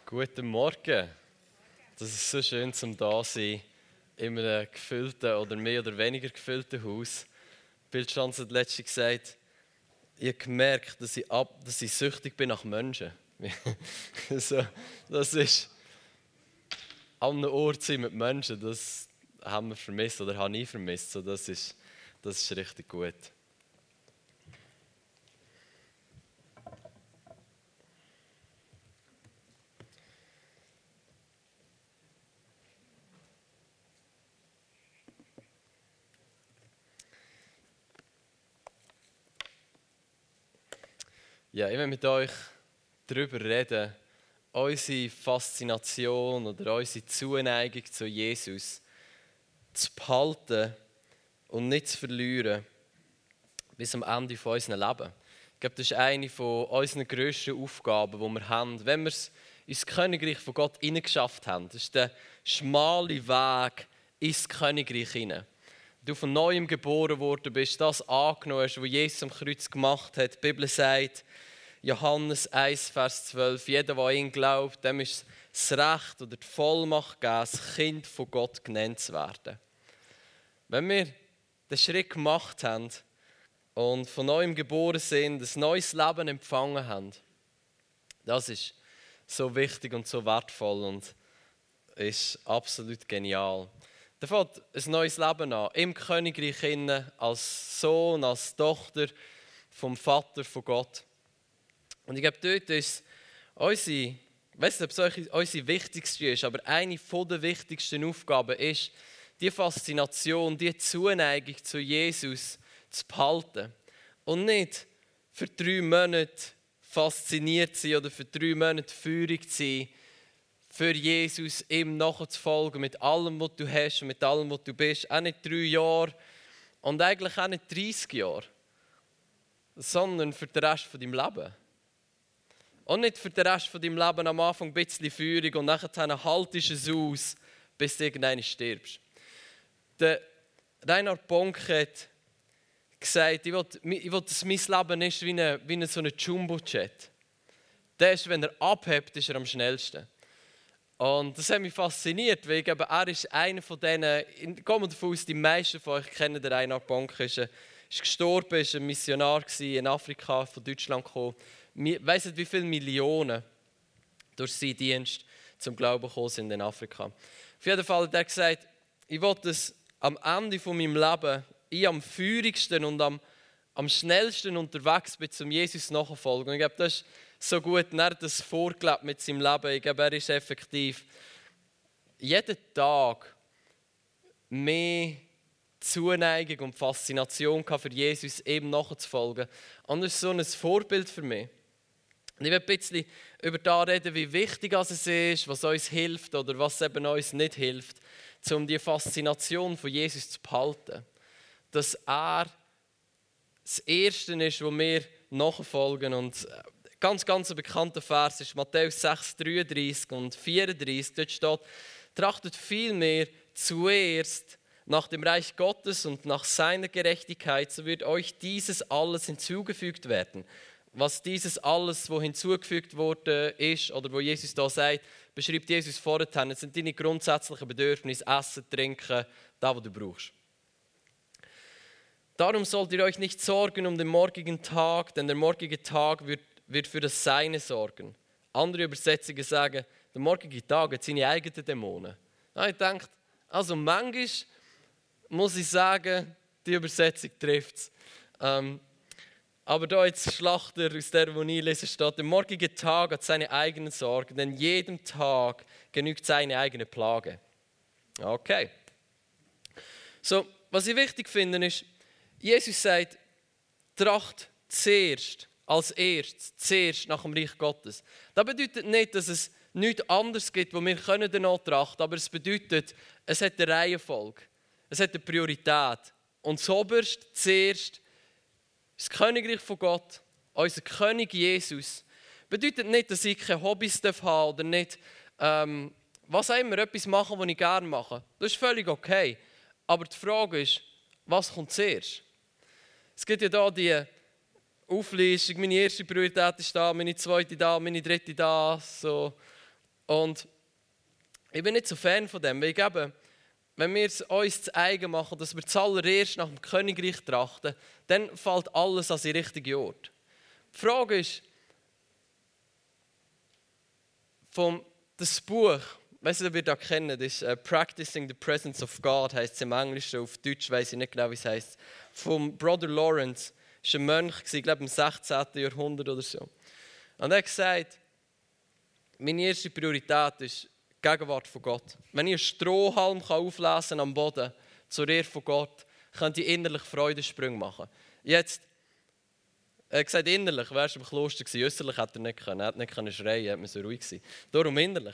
Guten Morgen. Das ist so schön, zum da sein in einem gefüllten oder mehr oder weniger gefüllten Haus. Bill Schanz hat letztens gesagt, ich habe gemerkt, dass ich süchtig bin nach Menschen. So, das ist an einem Ort sein mit Menschen, das haben wir vermisst oder habe ich vermisst. So, das ist richtig gut. Ja, ich will mit euch darüber reden, unsere Faszination oder unsere Zuneigung zu Jesus zu behalten und nicht zu verlieren bis am Ende von unserem Leben. Ich glaube, das ist eine von unseren grössten Aufgaben, die wir haben, wenn wir es ins Königreich von Gott hineingeschafft haben. Das ist der schmale Weg ins Königreich hinein. Du von Neuem geboren worden bist, das angenommen hast, was Jesus am Kreuz gemacht hat. Die Bibel sagt, Johannes 1, Vers 12, jeder, der an ihn glaubt, dem ist das Recht oder die Vollmacht gegeben, das Kind von Gott genannt zu werden. Wenn wir den Schritt gemacht haben und von Neuem geboren sind, ein neues Leben empfangen haben, das ist so wichtig und so wertvoll und ist absolut genial. Da fängt ein neues Leben an, im Königreich innen, als Sohn, als Tochter vom Vater von Gott. Und ich glaube, dort ist ich weiß nicht, ob es unsere wichtigste ist, aber eine der wichtigsten Aufgaben ist, die Faszination, die Zuneigung zu Jesus zu behalten. Und nicht für 3 Monate fasziniert sein oder für 3 Monate feurig zu sein, für Jesus ihm nachzufolgen, mit allem, was du hast und mit allem, was du bist. Auch nicht 3 Jahre und eigentlich auch nicht 30 Jahre, sondern für den Rest von deinem Leben. Und nicht für den Rest von deinem Leben am Anfang ein bisschen Feuerung und nachher haltest du es aus, bis du irgendwann stirbst. Der Reinhard Bonk hat gesagt, ich will, dass mein Leben ist wie so ein Jumbo-Jet. Der ist, wenn er abhebt, ist er am schnellsten. Und das hat mich fasziniert, weil ich glaube, er ist einer von denen, ich gehe mal davon aus, die meisten von euch kennen den Reinhard Bonk, ist gestorben, ist ein Missionar in Afrika, von Deutschland gekommen. Ich weiss nicht, wie viele Millionen durch seinen Dienst zum Glauben gekommen sind in Afrika. Auf jeden Fall hat er gesagt, ich will, dass am Ende von meinem Leben ich am feurigsten und am schnellsten unterwegs bin, zum Jesus nachzufolgen. Und ich glaube, das ist so gut. Er hat das vorgelebt mit seinem Leben. Ich glaube, er ist effektiv jeden Tag mehr Zuneigung und Faszination für Jesus eben nachzufolgen. Und das ist so ein Vorbild für mich. Und ich will ein bisschen über das reden, wie wichtig es ist, was uns hilft oder was eben uns nicht hilft, um die Faszination von Jesus zu behalten. Dass er das Erste ist, wo wir nachfolgen. Und ganz ein bekannter Vers ist Matthäus 6, 33 und 34. Dort steht, trachtet vielmehr zuerst nach dem Reich Gottes und nach seiner Gerechtigkeit, so wird euch dieses alles hinzugefügt werden. Was dieses alles, wo hinzugefügt wurde, ist, oder wo Jesus da sagt, beschreibt Jesus vorher, das sind deine grundsätzlichen Bedürfnisse, Essen, Trinken, das, was du brauchst. Darum sollt ihr euch nicht sorgen um den morgigen Tag, denn der morgige Tag wird für das Seine sorgen. Andere Übersetzungen sagen, der morgige Tag hat seine eigenen Dämonen. Ja, ich denke, also manchmal muss ich sagen, die Übersetzung trifft es. Aber da jetzt Schlachter aus der, wo ich lese, steht, der morgige Tag hat seine eigenen Sorgen, denn jedem Tag genügt seine eigene Plage. Okay. So, was ich wichtig finde, ist, Jesus sagt, tracht zuerst, als erstes, zuerst nach dem Reich Gottes. Das bedeutet nicht, dass es nichts anderes gibt, wo wir danach trachten, aber es bedeutet, es hat eine Reihenfolge, es hat eine Priorität. Und zuoberst, zuerst, das Königreich von Gott, unser König Jesus, bedeutet nicht, dass ich keine Hobbys haben darf oder nicht, was auch immer, etwas machen, was ich gerne mache. Das ist völlig okay. Aber die Frage ist, was kommt zuerst? Es gibt ja da die Auflistung, meine erste Priorität ist da, meine zweite da, meine dritte da. So. Und ich bin nicht so Fan von dem, weil ich glaube, wenn wir es uns zu eigen machen, dass wir zuallererst nach dem Königreich trachten, dann fällt alles an den richtigen Ort. Die Frage ist, das Buch, ich weiss nicht, ob ihr das kennt, das ist «Practicing the Presence of God», heisst es im Englischen, auf Deutsch weiss ich nicht genau, wie es heisst. Vom Brother Lawrence, das war ein Mönch, ich glaube im 16. Jahrhundert oder so. Und er hat gesagt, meine erste Priorität ist die Gegenwart von Gott. Wenn ich einen Strohhalm auflesen am Boden zur Ehre von Gott, kann ich innerlich Freudensprünge machen. Jetzt, er hat gesagt, innerlich, er war im Kloster, äußerlich hätte er nicht können. Er hat nicht schreien, er musste ruhig sein. Darum innerlich.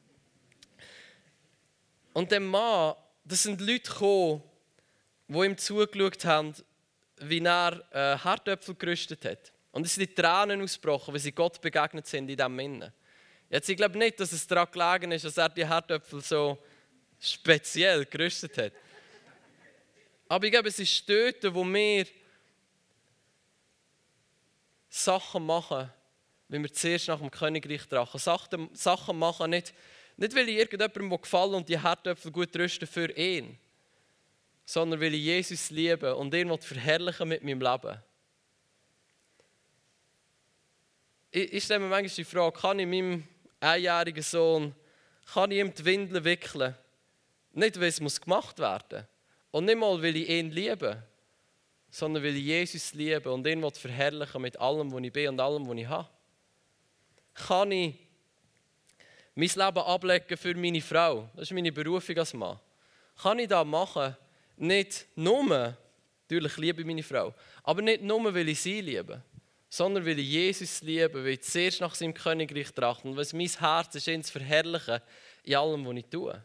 Und der Mann, das sind Leute gekommen, die ihm zugeschaut haben, wie er Herdöpfel gerüstet hat. Und es sind die Tränen ausgebrochen, weil sie Gott begegnet sind in diesem Innen. Jetzt, ich glaube nicht, dass es daran gelegen ist, dass er die Herdöpfel so speziell gerüstet hat. Aber ich glaube, es ist dort, wo wir Sachen machen, wenn wir zuerst nach dem Königreich trachten. Sachen machen, nicht weil ich irgendjemandem gefallen und die Herdöpfel gut rüsten für ihn, sondern weil ich Jesus liebe und ihn verherrlichen mit meinem Leben. Ich stelle mir manchmal die Frage, kann ich meinem einjährigen Sohn ihm die Windeln wickeln? Nicht, weil es gemacht werden muss. Und nicht mal, weil ich ihn liebe, sondern weil ich Jesus liebe und ihn verherrlichen mit allem, was ich bin und allem, was ich habe. Kann ich mein Leben ablegen für meine Frau? Das ist meine Berufung als Mann. Kann ich das machen? Nicht nur, natürlich liebe ich meine Frau, aber nicht nur, weil ich sie liebe, sondern weil ich Jesus liebe, weil ich zuerst nach seinem Königreich trachte und weil es mein Herz ist, ihn zu verherrlichen in allem, was ich tue.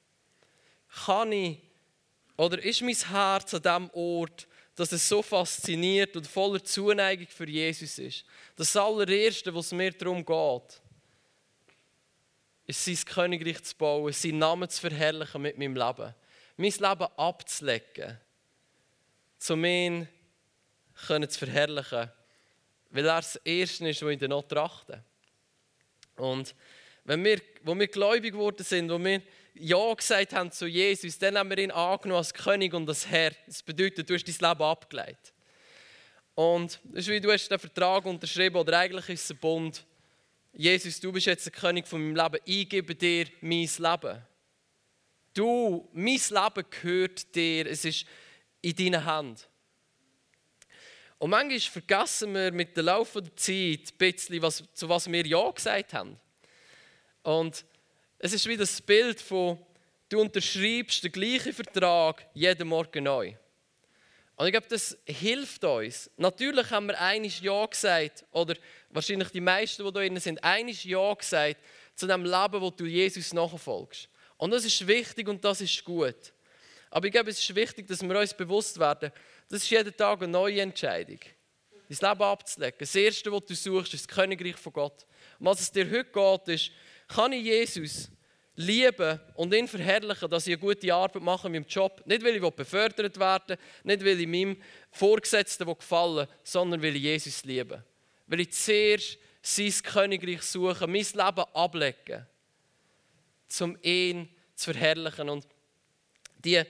Oder ist mein Herz an dem Ort, dass es so fasziniert und voller Zuneigung für Jesus ist? Das allererste, was mir darum geht, ist sein Königreich zu bauen, seinen Namen zu verherrlichen mit meinem Leben. Mein Leben abzulegen, um ihn zu verherrlichen, weil er das Erste ist, was ich noch trachte. Und wo wir gläubig geworden sind, wo wir Ja gesagt haben zu Jesus, dann haben wir ihn angenommen als König und als Herr. Das bedeutet, du hast dein Leben abgelegt. Und das ist wie, du hast den Vertrag unterschrieben, oder eigentlich ist es ein Bund. Jesus, du bist jetzt der König von meinem Leben, ich gebe dir mein Leben. Mein Leben gehört dir, es ist in deinen Händen. Und manchmal vergessen wir mit dem Lauf der Zeit ein bisschen, zu was wir Ja gesagt haben. Und es ist wie das Bild von, du unterschreibst den gleichen Vertrag jeden Morgen neu. Und ich glaube, das hilft uns. Natürlich haben wir einmal Ja gesagt, oder wahrscheinlich die meisten, die da drin sind, einmal Ja gesagt zu dem Leben, wo du Jesus nachfolgst. Und das ist wichtig und das ist gut. Aber ich glaube, es ist wichtig, dass wir uns bewusst werden, das ist jeden Tag eine neue Entscheidung. Dein Leben abzulegen. Das Erste, was du suchst, ist das Königreich von Gott. Und was es dir heute geht, ist, kann ich Jesus lieben und ihn verherrlichen, dass ich eine gute Arbeit mache in meinem Job. Nicht, weil ich befördert werden will, nicht, weil ich meinem Vorgesetzten gefallen, sondern weil ich Jesus liebe. Weil ich zuerst sein Königreich suche, mein Leben ablegen, um ihn zu verherrlichen. Und die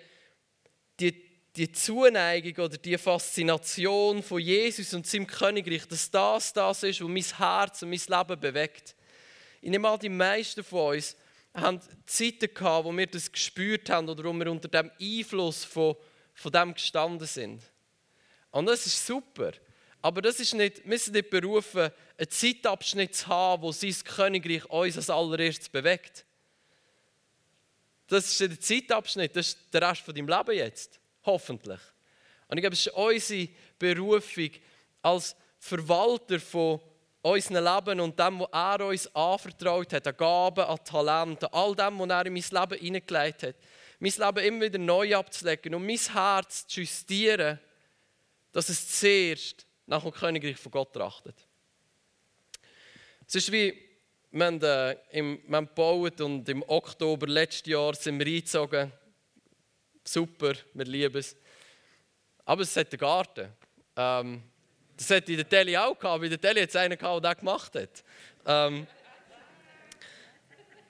Zuneigung oder die Faszination von Jesus und seinem Königreich, dass das ist, was mein Herz und mein Leben bewegt. Ich nehme an, die meisten von uns haben Zeiten gehabt, wo wir das gespürt haben oder wo wir unter dem Einfluss von dem gestanden sind. Und das ist super. Aber das ist nicht, wir sind nicht berufen, einen Zeitabschnitt zu haben, wo sein Königreich uns als allererstes bewegt. Das ist der Zeitabschnitt, das ist der Rest von deinem Leben jetzt. Hoffentlich. Und ich glaube, es ist unsere Berufung als Verwalter von unserem Leben und dem, was er uns anvertraut hat, an Gaben, an Talenten, all dem, was er in mein Leben hineingelegt hat, mein Leben immer wieder neu abzulegen und mein Herz zu justieren, dass es zuerst nach dem Königreich von Gott trachtet. Es ist wie, wir haben gebaut und im Oktober letzten Jahr sind wir eingezogen. Super, wir lieben es. Aber es hat einen Garten. Das hat in der Tele auch gehabt. Bei der Tele hat es einen gehabt, der das gemacht hat.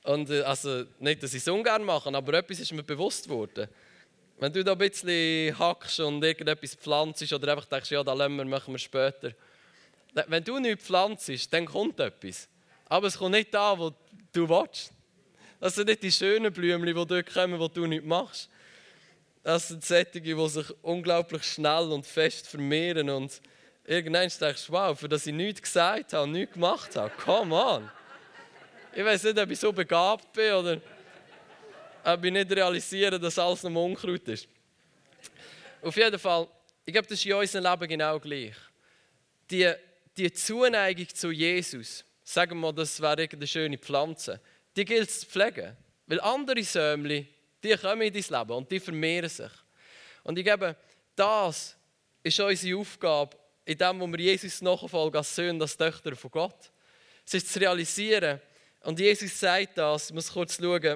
Und also nicht, dass ich es ungern mache, aber etwas ist mir bewusst geworden. Wenn du da ein bisschen hackst und irgendetwas pflanzt oder einfach denkst, ja, das machen wir später. Wenn du nichts pflanzt, dann kommt etwas. Aber es kommt nicht da, wo du willst. Das sind nicht die schönen Blümchen, die dort kommen, wo du nichts machst. Das sind solche, die sich unglaublich schnell und fest vermehren. Und irgendwann denkst du, wow, für das ich nichts gesagt habe und nichts gemacht habe. Come on! Ich weiß nicht, ob ich so begabt bin oder ob ich nicht realisiere, dass alles noch Unkraut ist. Auf jeden Fall, ich glaube, das ist in unserem Leben genau gleich. Die Zuneigung zu Jesus, sagen wir mal, das wäre eine schöne Pflanze, die gilt es zu pflegen. Weil andere Sämli, die kommen in dein Leben und die vermehren sich. Und ich glaube, das ist unsere Aufgabe, in dem, wo wir Jesus nachfolgen als Söhne, als Töchter von Gott. Es ist zu realisieren, und Jesus sagt das, ich muss kurz schauen,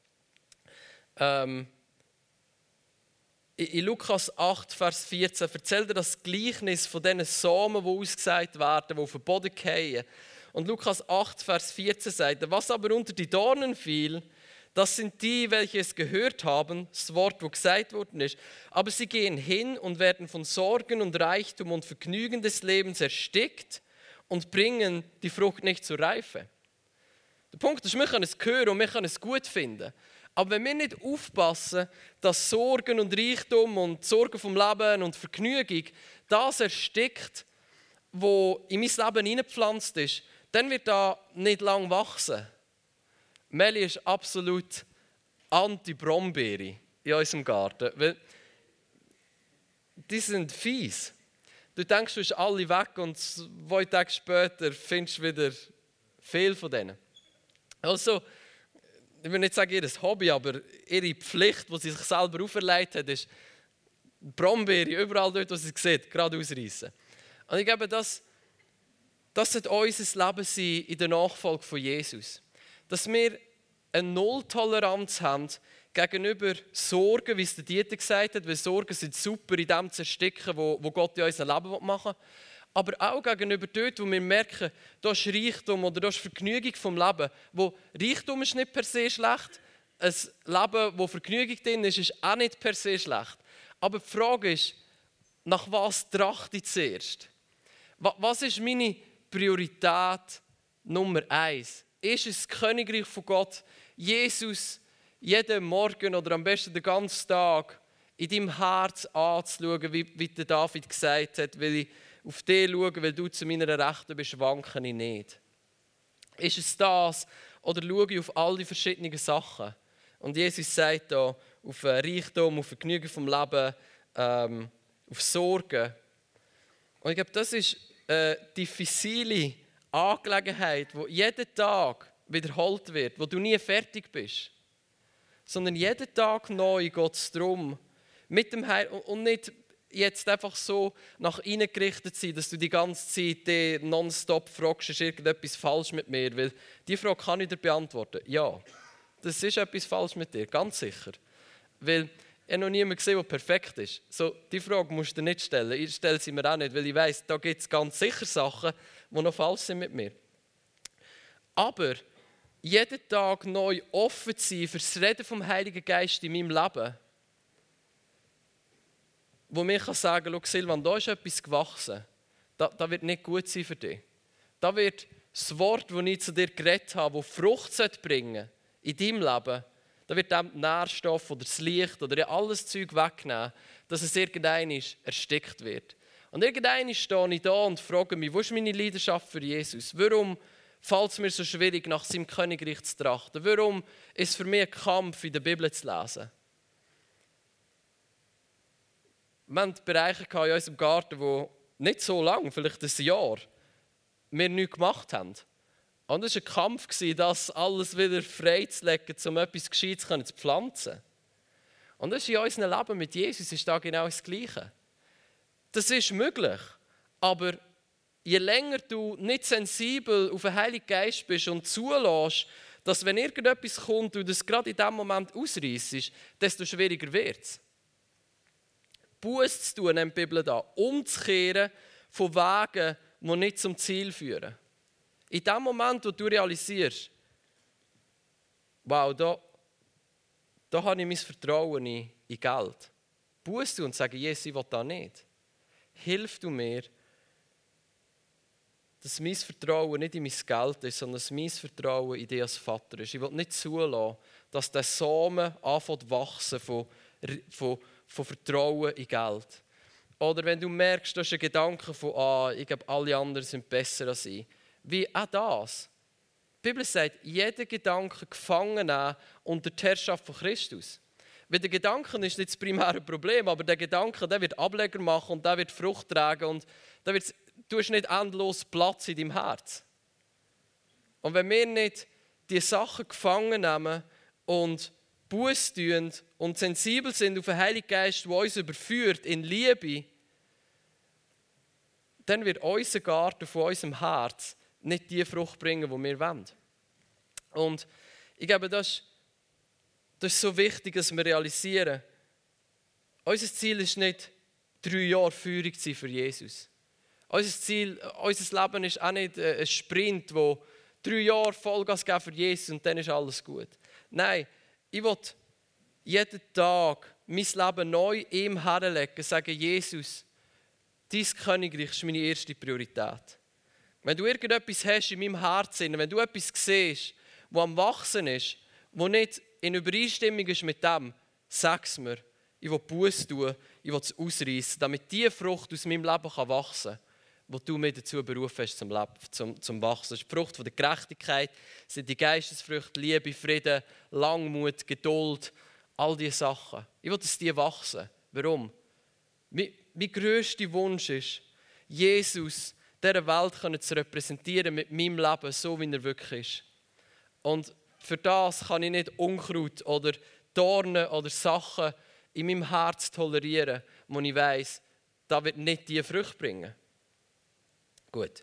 in Lukas 8, Vers 14 erzählt er das Gleichnis von diesen Samen, die ausgesät werden, die auf den Boden fallen. Und Lukas 8, Vers 14 sagt er, was aber unter die Dornen fiel, das sind die, welche es gehört haben, das Wort, das gesagt worden ist. Aber sie gehen hin und werden von Sorgen und Reichtum und Vergnügen des Lebens erstickt und bringen die Frucht nicht zur Reife. Der Punkt ist, wir können es hören und wir können es gut finden. Aber wenn wir nicht aufpassen, dass Sorgen und Reichtum und Sorgen vom Leben und Vergnügung das erstickt, was in mein Leben hineingepflanzt ist, dann wird da nicht lang wachsen. Meli ist absolut anti-Brombeere in unserem Garten, weil die sind fies. Du denkst, du bist alle weg und 2 Tage später findest du wieder viel von denen. Also, ich will nicht sagen ihr Hobby, aber ihre Pflicht, die sie sich selber auferlegt hat, ist Brombeere überall dort, wo sie sieht, gerade ausreißen. Und ich glaube, das sollte unser Leben sein in der Nachfolge von Jesus. Dass wir eine Nulltoleranz haben gegenüber Sorgen, wie es der Dieter gesagt hat, weil Sorgen sind super in dem zu ersticken, wo Gott in unserem Leben machen will. Aber auch gegenüber dort, wo wir merken, da ist Reichtum oder da ist Vergnügung vom Leben. Wo Reichtum ist nicht per se schlecht, ein Leben, wo Vergnügung drin ist, ist auch nicht per se schlecht. Aber die Frage ist, nach was trachte ich zuerst? Was ist meine Priorität Nummer 1? Ist es das Königreich von Gott, Jesus jeden Morgen oder am besten den ganzen Tag in deinem Herz anzuschauen, wie der David gesagt hat, weil ich auf dich schaue, weil du zu meiner Rechten bist, wanke ich nicht. Ist es das oder schaue ich auf all die verschiedenen Sachen? Und Jesus sagt da auf Reichtum, auf Vergnügen vom Leben, auf Sorgen. Und ich glaube, das ist eine diffizile Angelegenheit, die jeden Tag wiederholt wird, wo du nie fertig bist. Sondern jeden Tag neu geht es darum, mit dem Heil und nicht jetzt einfach so nach innen gerichtet sein, dass du die ganze Zeit nonstop fragst, ist irgendetwas falsch mit mir? Weil die Frage kann ich dir beantworten. Ja, das ist etwas falsch mit dir, ganz sicher. Weil ich habe noch niemanden gesehen, der perfekt ist. So, die Frage musst du dir nicht stellen. Ich stelle sie mir auch nicht, weil ich weiss, da gibt es ganz sicher Sachen, die noch falsch sind mit mir. Aber jeden Tag neu offen zu sein für das Reden vom Heiligen Geist in meinem Leben, wo mir sagen kann, schau Silvan, da ist etwas gewachsen. Das wird nicht gut sein für dich. Da wird das Wort, das ich zu dir geredet habe, das Frucht bringen in deinem Leben, da wird dem Nährstoff oder das Licht oder alles Zeug wegnehmen, dass es irgendwann erstickt wird. Und irgendwann stehe ich da und frage mich, wo ist meine Leidenschaft für Jesus? Warum fällt es mir so schwierig, nach seinem Königreich zu trachten? Warum ist es für mich ein Kampf, in der Bibel zu lesen? Wir hatten Bereiche in unserem Garten, wo nicht so lange, vielleicht ein Jahr, wir nichts gemacht haben. Und es war ein Kampf, das alles wieder freizulegen, um etwas Gescheites zu pflanzen. Und das ist in unserem Leben mit Jesus ist da genau das Gleiche. Das ist möglich, aber je länger du nicht sensibel auf den Heiligen Geist bist und zulässt, dass wenn irgendetwas kommt, du das gerade in diesem Moment ausreissest, desto schwieriger wird es. Buße zu tun, nennt die Bibel da, umzukehren von Wegen, die nicht zum Ziel führen. In dem Moment, wo du realisierst, wow, da habe ich mein Vertrauen in Geld. Buße und sage, Jesus, ich will das nicht. Hilf du mir, dass mein Vertrauen nicht in mein Geld ist, sondern dass mein Vertrauen in dich als Vater ist. Ich will nicht zulassen, dass der Samen anfängt zu wachsen von Vertrauen in Geld. Oder wenn du merkst, du hast einen Gedanken von, ich glaube, alle anderen sind besser als ich. Wie auch das. Die Bibel sagt, jeder Gedanke gefangen nehmen unter die Herrschaft von Christus. Weil der Gedanke ist nicht das primäre Problem, aber der Gedanke, der wird Ableger machen und der wird Frucht tragen und du hast nicht endlos Platz in deinem Herz. Und wenn wir nicht die Sachen gefangen nehmen und Buße tun und sensibel sind auf den Heiligen Geist, der uns überführt in Liebe, dann wird unser Garten von unserem Herz nicht die Frucht bringen, die wir wollen. Und ich glaube, das ist so wichtig, dass wir realisieren, unser Ziel ist nicht, 3 Jahre Führung zu sein für Jesus. Unser Ziel, unser Leben ist auch nicht ein Sprint, wo 3 Jahre Vollgas geben für Jesus und dann ist alles gut. Nein, ich will jeden Tag mein Leben neu ihm herlegen, sagen, Jesus, dein Königreich ist meine erste Priorität. Wenn du irgendetwas hast in meinem Herzen, wenn du etwas siehst, das am Wachsen ist, das nicht in Übereinstimmung ist mit dem, sag es mir. Ich will Buße tun, ich will es ausreißen, damit diese Frucht aus meinem Leben wachsen kann, die du mich dazu berufen hast zum Wachsen. Das ist die Frucht der Gerechtigkeit, das sind die Geistesfrüchte, Liebe, Frieden, Langmut, Geduld, all diese Sachen. Ich will, dass die wachsen. Warum? Mein grösster Wunsch ist, Jesus dieser Welt zu repräsentieren mit meinem Leben, so wie er wirklich ist. Und für das kann ich nicht Unkraut oder Dornen oder Sachen in meinem Herz tolerieren, wo ich weiss, das wird nicht die Frucht bringen. Gut.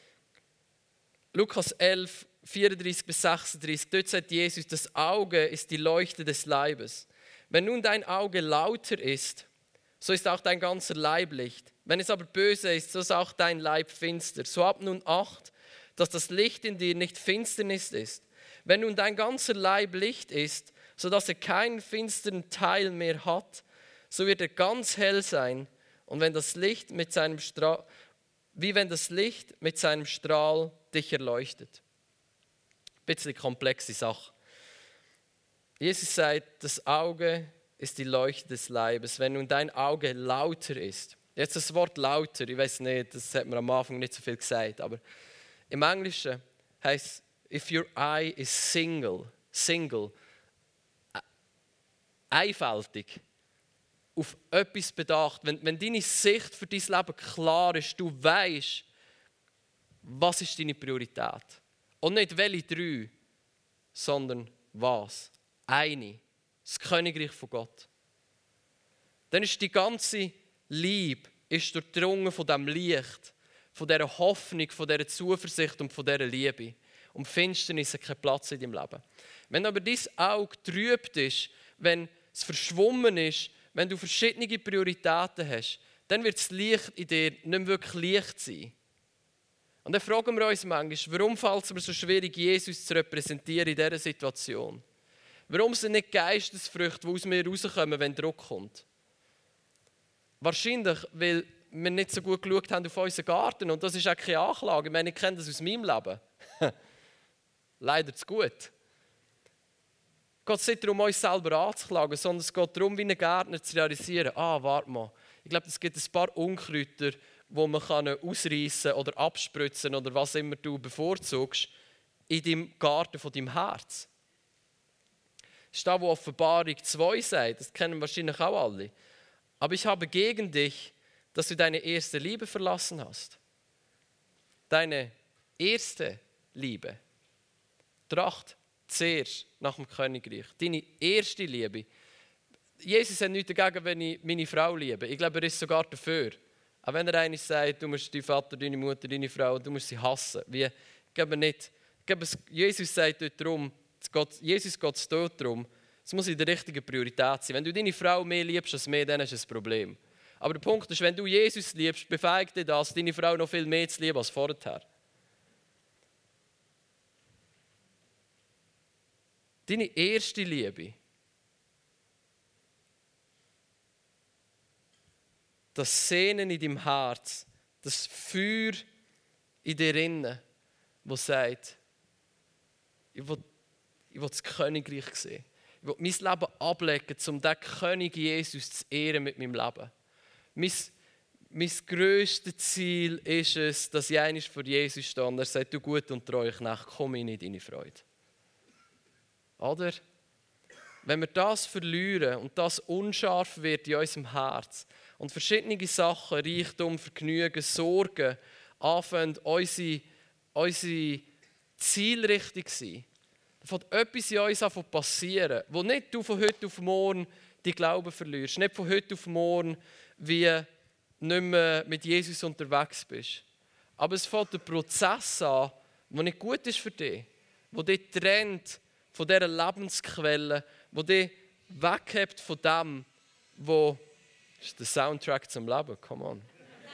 Lukas 11, 34 bis 36, dort sagt Jesus, das Auge ist die Leuchte des Leibes. Wenn nun dein Auge lauter ist, so ist auch dein ganzer Leib Licht. Wenn es aber böse ist, so ist auch dein Leib finster. So hab nun Acht, dass das Licht in dir nicht Finsternis ist. Wenn nun dein ganzer Leib Licht ist, sodass er keinen finsteren Teil mehr hat, so wird er ganz hell sein. Und wenn das Licht mit seinem Strahl, wie wenn das Licht mit seinem Strahl dich erleuchtet. Ein bisschen komplexe Sache. Jesus sagt, das Auge ist die Leuchte des Leibes. Wenn nun dein Auge lauter ist, jetzt das Wort lauter, ich weiß nicht, das hat man am Anfang nicht so viel gesagt, aber im Englischen heißt if your eye is single, einfältig, auf etwas bedacht, wenn deine Sicht für dein Leben klar ist, du weißt, was ist deine Priorität. Und nicht welche 3, sondern was? Eine. Das Königreich von Gott. Dann ist die ganze Liebe durchdrungen von diesem Licht, von dieser Hoffnung, von dieser Zuversicht und von dieser Liebe. Und Finsternis hat keinen Platz in deinem Leben. Wenn aber dein Auge trübt ist, wenn es verschwommen ist, wenn du verschiedene Prioritäten hast, dann wird das Licht in dir nicht mehr wirklich Licht sein. Und dann fragen wir uns manchmal, warum fällt es mir so schwierig, Jesus zu repräsentieren in dieser Situation? Warum sind nicht Geistesfrüchte, die aus mir rauskommen, wenn Druck kommt? Wahrscheinlich, weil wir nicht so gut geschaut haben auf unseren Garten. Und das ist auch keine Anklage. Ich meine, ich kenne das aus meinem Leben. Leider zu gut. Es geht nicht darum, uns selber anzuklagen, sondern es geht darum, wie ein Gärtner zu realisieren, warte mal, ich glaube, es gibt ein paar Unkräuter, die man ausreißen oder abspritzen oder was immer du bevorzugst, in deinem Garten von deinem Herz. Das ist das, was Offenbarung 2 sagt, das kennen wahrscheinlich auch alle. Aber ich habe gegen dich, dass du deine erste Liebe verlassen hast. Deine erste Liebe. Tracht zuerst nach dem Königreich. Deine erste Liebe. Jesus hat nichts dagegen, wenn ich meine Frau liebe. Ich glaube, er ist sogar dafür. Auch wenn er eigentlich sagt, du musst deinen Vater, deine Mutter, deine Frau, du musst sie hassen. Ich glaube nicht. Ich glaube, Jesus sagt dort darum, Jesus geht es dort darum, es muss in der richtigen Priorität sein. Wenn du deine Frau mehr liebst als mehr, dann ist es ein Problem. Aber der Punkt ist, wenn du Jesus liebst, befähigt dich das, deine Frau noch viel mehr zu lieben als vorher. deine erste Liebe, das Sehnen in deinem Herz, das Feuer in dir innen, das sagt, ich will das Königreich sehen. Ich will mein Leben ablegen, um den König Jesus zu ehren mit meinem Leben. Mein grösstes Ziel ist es, dass ich einmal vor Jesus stehe und er sagt, du gut und treu Knecht, komm in deine Freude. Oder? Wenn wir das verlieren und das unscharf wird in unserem Herz und verschiedene Sachen, Reichtum, Vergnügen, Sorgen, anfangen, unsere Zielrichtung zu sein, dann fängt etwas in uns an zu passieren, wo nicht du von heute auf morgen die Glauben verlierst, nicht von heute auf morgen wie nicht mehr mit Jesus unterwegs bist. Aber es fängt ein Prozess an, der nicht gut ist für dich, der dich trennt von dieser Lebensquelle, der dich weghebt von dem, wo ist der Soundtrack zum Leben, come on.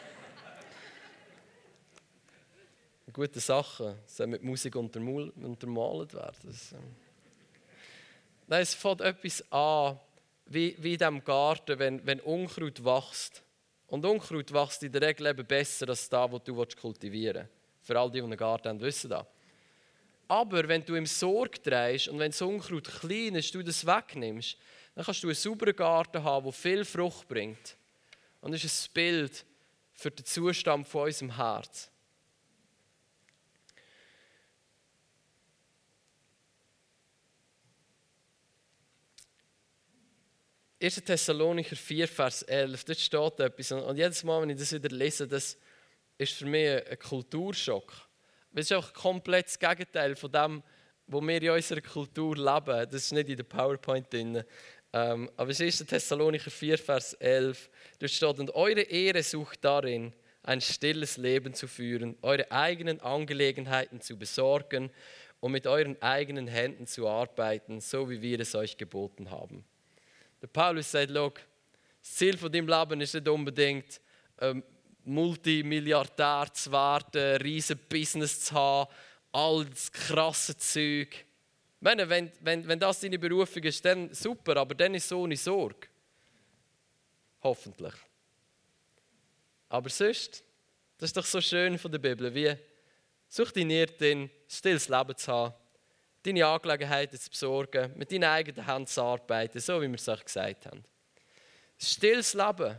Gute Sachen sollen mit Musik untermalt werden. Nein, es fängt etwas an, wie in diesem Garten, wenn Unkraut wächst. Und Unkraut wächst in der Regel eben besser als das, was du kultivieren willst. Für all die einen Garten haben, wissen das. Aber wenn du ihm Sorge trägst und wenn das Unkraut klein ist, du das wegnimmst, dann kannst du einen sauberen Garten haben, der viel Frucht bringt. Und das ist ein Bild für den Zustand von unserem Herz. 1. Thessalonicher 4, Vers 11, dort steht etwas. Und jedes Mal, wenn ich das wieder lese, das ist für mich ein Kulturschock. Weil es ist auch komplett das Gegenteil von dem, was wir in unserer Kultur leben. Das ist nicht in der PowerPoint drin. Aber es ist 1. Thessalonicher 4, Vers 11. Dort steht, und eure Ehre sucht darin, ein stilles Leben zu führen, eure eigenen Angelegenheiten zu besorgen und mit euren eigenen Händen zu arbeiten, so wie wir es euch geboten haben. Der Paulus sagt, schau, das Ziel von deinem Leben ist nicht unbedingt, Multimilliardär zu werden, ein riesen Business zu haben, all das krasse Zeug. Ich meine, wenn das deine Berufung ist, dann super, aber dann ist so eine Sorge. Hoffentlich. Aber sonst, das ist doch so schön von der Bibel, wie such dich nicht, ein stilles Leben zu haben, deine Angelegenheiten zu besorgen, mit deinen eigenen Händen zu arbeiten, so wie wir es euch gesagt haben. Ein stilles Leben.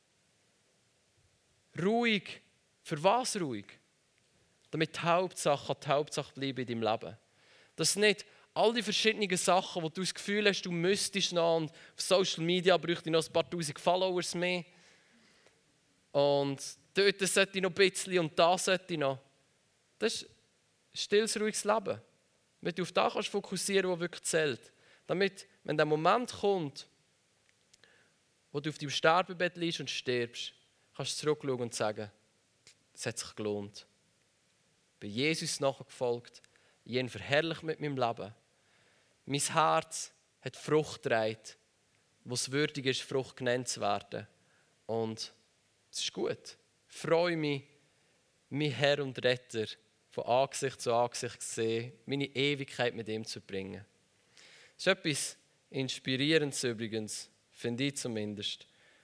Ruhig. Für was ruhig? Damit die Hauptsache bleibt in deinem Leben. Dass nicht all die verschiedenen Sachen, wo du das Gefühl hast, du müsstest noch, und auf Social Media bräuchte ich noch ein paar tausend Followers mehr. Und dort sollte ich noch ein bisschen und da sollte ich noch. Das ist ein stilles, ruhiges Leben. Damit du auf das kannst fokussieren, was wirklich zählt. Damit, wenn der Moment kommt, wo du auf deinem Sterbebett liegst und stirbst, kannst du zurückschauen und sagen, es hat sich gelohnt. Ich bin Jesus nachgefolgt, ich ihn verherrlicht mit meinem Leben. Mein Herz hat Frucht getragen, wo es würdig ist, Frucht genannt zu werden. Und es ist gut. Ich freue mich, mein Herr und Retter von Angesicht zu Angesicht zu sehen, meine Ewigkeit mit ihm zu bringen. Das ist etwas Inspirierendes übrigens, finde ich zumindest.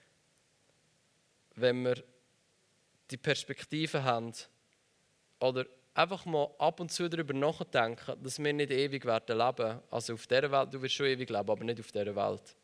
Wenn wir die Perspektive haben oder einfach mal ab und zu darüber nachdenken, dass wir nicht ewig werden leben. Also auf dieser Welt, du wirst schon ewig leben, aber nicht auf dieser Welt.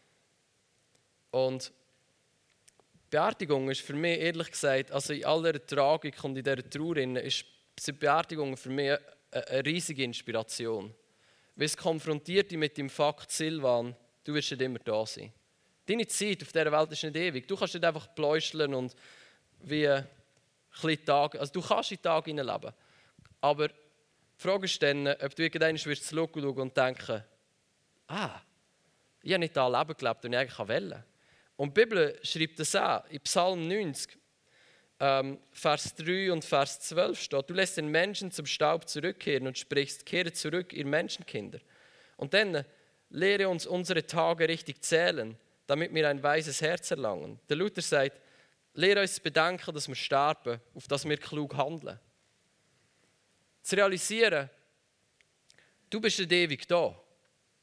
Und Beerdigung ist für mich ehrlich gesagt, also in all dieser Tragik und in dieser Trauer sind Beerdigungen für mich eine riesige Inspiration. Weil es konfrontiert dich mit dem Fakt, Silvan, du wirst nicht immer da sein. Deine Zeit auf dieser Welt ist nicht ewig. Du kannst nicht einfach pläuscheln und wie ein Tag, also du kannst in den Tag hineinleben. Aber die Frage ist dann, ob du irgendwann wirst zurückschauen und denken, ich habe nicht da Leben gelebt, das ich eigentlich wollte. Und die Bibel schreibt das auch. In Psalm 90, Vers 3 und Vers 12 steht, du lässt den Menschen zum Staub zurückkehren und sprichst, kehre zurück, ihr Menschenkinder. Und dann lehre uns unsere Tage richtig zählen, damit wir ein weises Herz erlangen. Der Luther sagt, lehre uns bedenken, dass wir sterben, auf dass wir klug handeln. Zu realisieren, du bist nicht ewig da.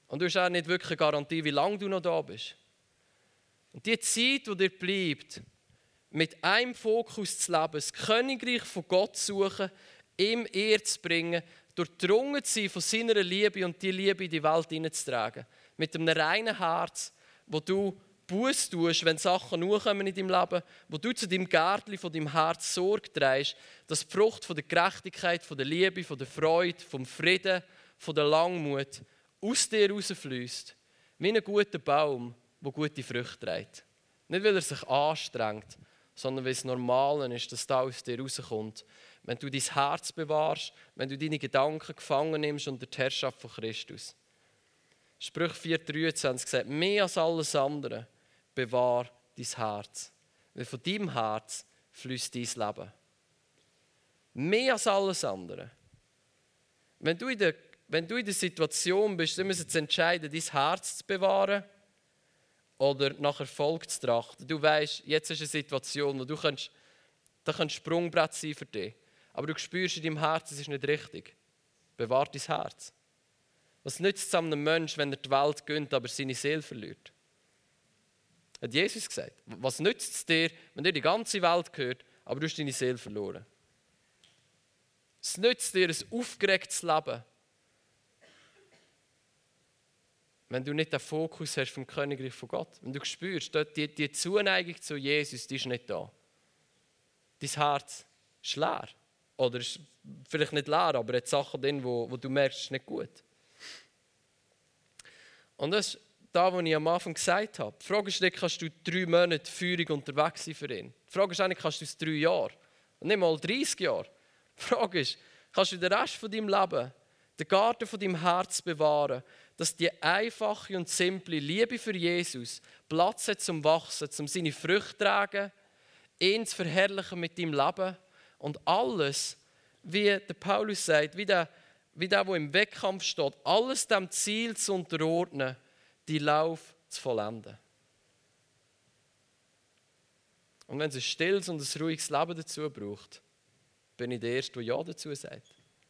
Und du hast auch nicht wirklich eine Garantie, wie lange du noch da bist. Und die Zeit, die dir bleibt, mit einem Fokus zu leben, das Königreich von Gott zu suchen, ihm Ehre zu bringen, durchdrungen zu sein von seiner Liebe und die Liebe in die Welt hineinzutragen. Mit einem reinen Herz, wo du Buß tust, wenn Sachen hochkommen in deinem Leben, wo du zu deinem Gärtchen von deinem Herz Sorge trägst, dass die Frucht von der Gerechtigkeit, von der Liebe, von der Freude, vom Frieden, von der Langmut aus dir rausfließt, wie ein guter Baum, der gute Früchte trägt. Nicht, weil er sich anstrengt, sondern weil es normal ist, dass das aus dir rauskommt. Wenn du dein Herz bewahrst, wenn du deine Gedanken gefangen nimmst unter die Herrschaft von Christus. Sprüche 4,23 sagt, mehr als alles andere, bewahr dein Herz. Weil von deinem Herz fließt dein Leben. Mehr als alles andere. Wenn du in der Situation bist, du musst entscheiden, dein Herz zu bewahren oder nach Erfolg zu trachten. Du weißt, jetzt ist eine Situation, wo da kann ein Sprungbrett sein für dich. Aber du spürst in deinem Herzen, es ist nicht richtig. Bewahr dein Herz. Was nützt es einem Menschen, wenn er die Welt gönnt, aber seine Seele verliert? Hat Jesus gesagt. Was nützt es dir, wenn dir die ganze Welt gehört, aber du hast deine Seele verloren? Es nützt dir ein aufgeregtes Leben, wenn du nicht den Fokus hast vom Königreich von Gott. Wenn du spürst, die Zuneigung zu Jesus, die ist nicht da. Dein Herz ist leer. Oder ist vielleicht nicht leer, aber hat Sachen drin, wo du merkst, es ist nicht gut. Und das ist das, was ich am Anfang gesagt habe. Die Frage ist nicht, kannst du 3 Monate Führung unterwegs sein für ihn? Die Frage ist auch nicht, kannst du es 3 Jahre? Und nicht mal 30 Jahre. Die Frage ist, kannst du den Rest von deinem Leben, den Garten von deinem Herz bewahren, dass die einfache und simple Liebe für Jesus Platz hat zum Wachsen, zum seine Früchte zu tragen, ihn zu verherrlichen mit deinem Leben und alles, wie der Paulus sagt, wie der im Wettkampf steht, alles dem Ziel zu unterordnen, die Lauf zu vollenden. Und wenn es ein stilles und ein ruhiges Leben dazu braucht, bin ich der Erste, der Ja dazu sagt.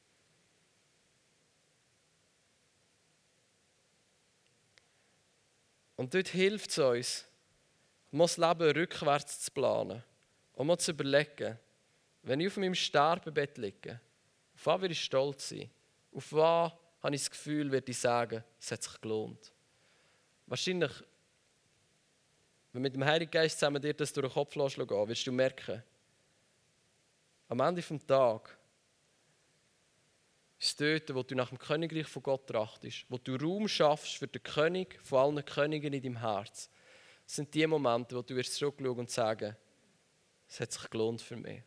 Und dort hilft es uns, das Leben rückwärts zu planen und mal zu überlegen, wenn ich auf meinem Sterbebett liege, auf was werde ich stolz sein? Auf was habe ich das Gefühl, werde ich sagen, es hat sich gelohnt? Wahrscheinlich, wenn mit dem Heiligen Geist zusammen dir das durch den Kopf gehen, wirst du merken, am Ende des Tages ist es dort, wo du nach dem Königreich von Gott trachtest, wo du Raum schaffst für den König von allen Königen in deinem Herz. Das sind die Momente, wo du wirst zurückschauen und sagen, es hat sich gelohnt für mich.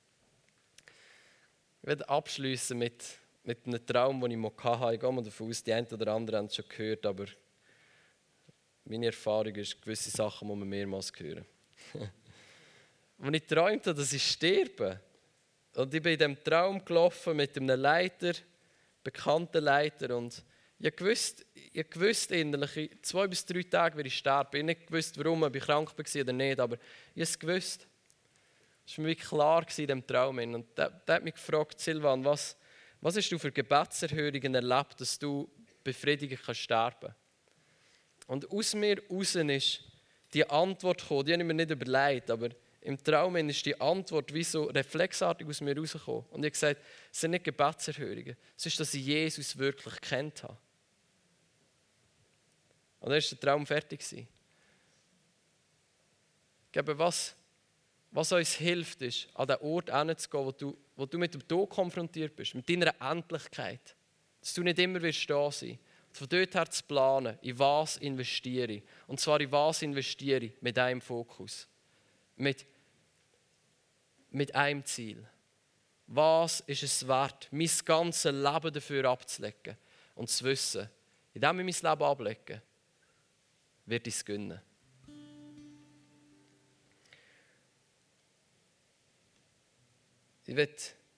Ich werde abschließen mit einem Traum, den ich mal hatte. Ich gehe mal davon aus, die einen oder anderen haben es schon gehört, aber meine Erfahrung ist, gewisse Sachen muss man mehrmals hören. Als ich träumte, dass ich sterbe, und ich bin in diesem Traum gelaufen mit einem Leiter, bekannten Leiter, und ich wusste innerlich, in 2 bis 3 Tagen werde ich sterben. Ich habe nicht gewusst, warum, ob ich krank war oder nicht, aber ich habe es gewusst. Es war mir klar in diesem Traum. Und der hat mich gefragt, Silvan, was hast du für Gebetserhörungen erlebt, dass du befriedigend sterben kannst? Und aus mir raus ist die Antwort gekommen, die habe ich mir nicht überlegt, aber im Traum ist die Antwort wie so reflexartig aus mir rausgekommen. Und ich habe gesagt, es sind nicht Gebetserhörungen, es ist, dass ich Jesus wirklich kennt habe. Und dann war der Traum fertig. Ich glaube, was uns hilft, ist, an den Ort hinzugehen, wo du mit dem Tod konfrontiert bist, mit deiner Endlichkeit. Dass du nicht immer wirst da sein. Von dort her zu planen, in was investiere ich. Und zwar in was investiere ich mit einem Fokus. Mit einem Ziel. Was ist es wert, mein ganzes Leben dafür abzulegen und zu wissen, indem ich mein Leben ablege, wird ich es gönnen. Ich will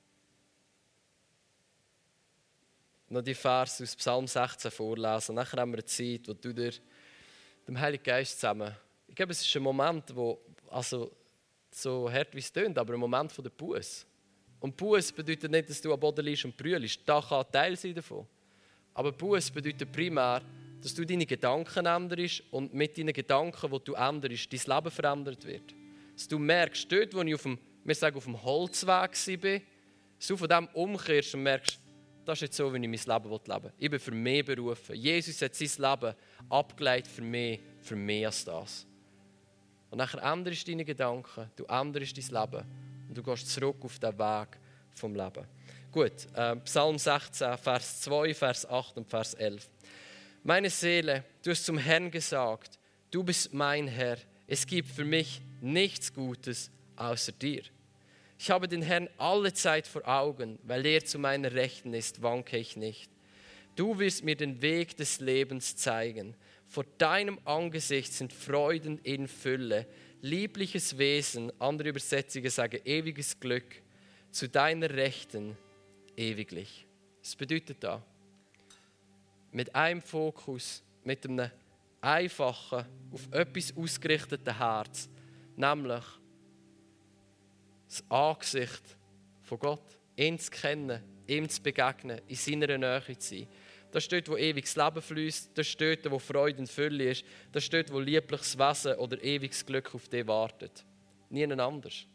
noch die Verse aus Psalm 16 vorlesen. Nachher haben wir eine Zeit, wo du dir dem Heiligen Geist zusammen... Ich glaube, es ist ein Moment, wo, also so hart wie es tönt, aber ein Moment von der Buße. Und Buße bedeutet nicht, dass du am Boden liegst und brüllst. Das kann ein Teil sein davon. Aber Buße bedeutet primär, dass du deine Gedanken änderst und mit deinen Gedanken, die du änderst, dein Leben verändert wird. Dass du merkst, dort, wo ich auf dem Holzweg war, dass du von dem umkehrst und merkst, das ist jetzt so, wie ich mein Leben leben will. Ich bin für mehr berufen. Jesus hat sein Leben abgeleitet für mehr als das. Und nachher änderst du deine Gedanken, du änderst dein Leben und du gehst zurück auf den Weg vom Leben. Gut, Psalm 16, Vers 2, Vers 8 und Vers 11. Meine Seele, du hast zum Herrn gesagt, du bist mein Herr, es gibt für mich nichts Gutes außer dir. Ich habe den Herrn alle Zeit vor Augen, weil er zu meiner Rechten ist, wanke ich nicht. Du wirst mir den Weg des Lebens zeigen. Vor deinem Angesicht sind Freuden in Fülle, liebliches Wesen, andere Übersetzungen sagen ewiges Glück, zu deiner Rechten ewiglich. Was bedeutet das? Mit einem Fokus, mit einem einfachen, auf etwas ausgerichteten Herz, nämlich das Angesicht von Gott, ihn zu kennen, ihm zu begegnen, in seiner Nähe zu sein. Das ist dort, wo ewiges Leben fließt, das ist dort, wo Freude und Fülle ist, das ist dort, wo liebliches Wesen oder ewiges Glück auf dich wartet. Niemand anders.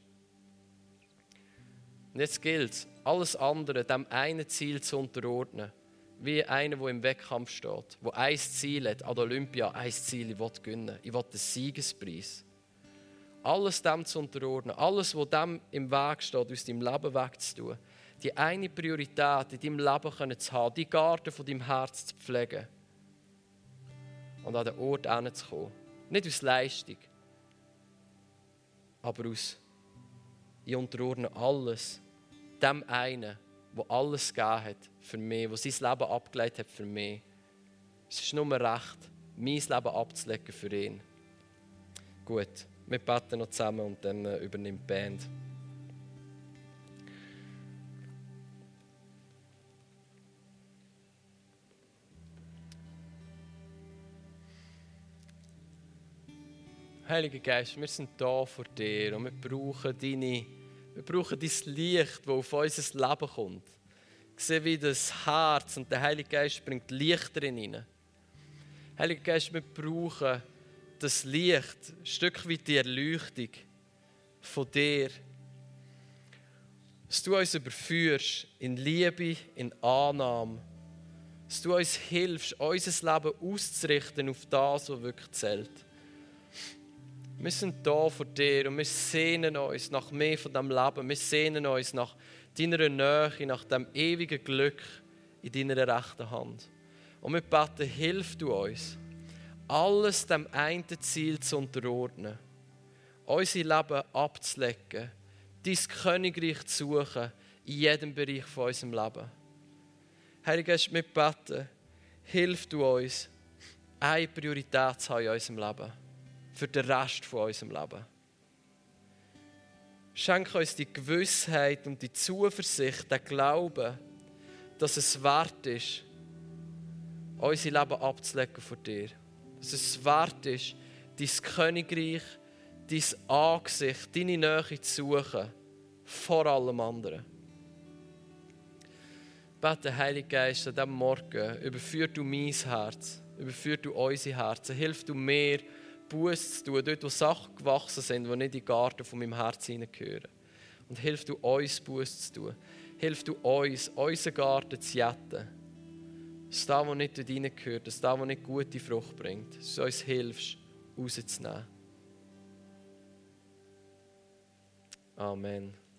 Und jetzt gilt es, alles andere dem einen Ziel zu unterordnen, wie einer, der im Wettkampf steht, der ein Ziel hat, an der Olympia ein Ziel, ich will gewinnen, ich will den Siegespreis. Alles dem zu unterordnen, alles, was dem im Weg steht, aus deinem Leben wegzutun, die eine Priorität in deinem Leben zu haben, die Garten von deinem Herz zu pflegen und an den Ort hinzukommen. Nicht aus Leistung, aber aus, ich unterordne alles dem einen, der alles gegeben hat für mich, der sein Leben abgelegt hat für mich. Es ist nur recht, mein Leben abzulegen für ihn. Gut, wir beten noch zusammen und dann übernimmt die Band. Heiliger Geist, wir sind da vor dir und wir brauchen dein Licht, das auf unser Leben kommt. Ich sehe, wie das Herz und der Heilige Geist bringt Licht hinein. Heiliger Geist, wir brauchen das Licht, ein Stück weit die Erleuchtung von dir. Dass du uns überführst in Liebe, in Annahme. Dass du uns hilfst, unser Leben auszurichten auf das, was wirklich zählt. Wir sind da vor dir und wir sehnen uns nach mehr von diesem Leben. Wir sehnen uns nach deiner Nähe, nach dem ewigen Glück in deiner rechten Hand. Und wir beten, hilf du uns, alles dem einen Ziel zu unterordnen, unser Leben abzulegen, dein Königreich zu suchen in jedem Bereich von unserem Leben. Heiliger Geist, wir beten, hilf du uns, eine Priorität zu haben in unserem Leben. Für den Rest von unserem Leben. Schenke uns die Gewissheit und die Zuversicht, den Glauben, dass es wert ist, unser Leben abzulegen vor dir. Dass es wert ist, dein Königreich, dein Angesicht, deine Nähe zu suchen, vor allem anderen. Bitte, Heiliger Geist, an diesem Morgen, überführ du mein Herz, überführ du unser Herzen, hilf du mir, Buße zu tun, dort wo Sachen gewachsen sind, die nicht in den Garten von meinem Herz hineingehören. Und hilf du uns, Buße zu tun. Hilf du uns, unseren Garten zu jetten. Dass das, was nicht dort hineingehört, dass das, was nicht gute Frucht bringt, dass du uns hilfst, rauszunehmen. Amen.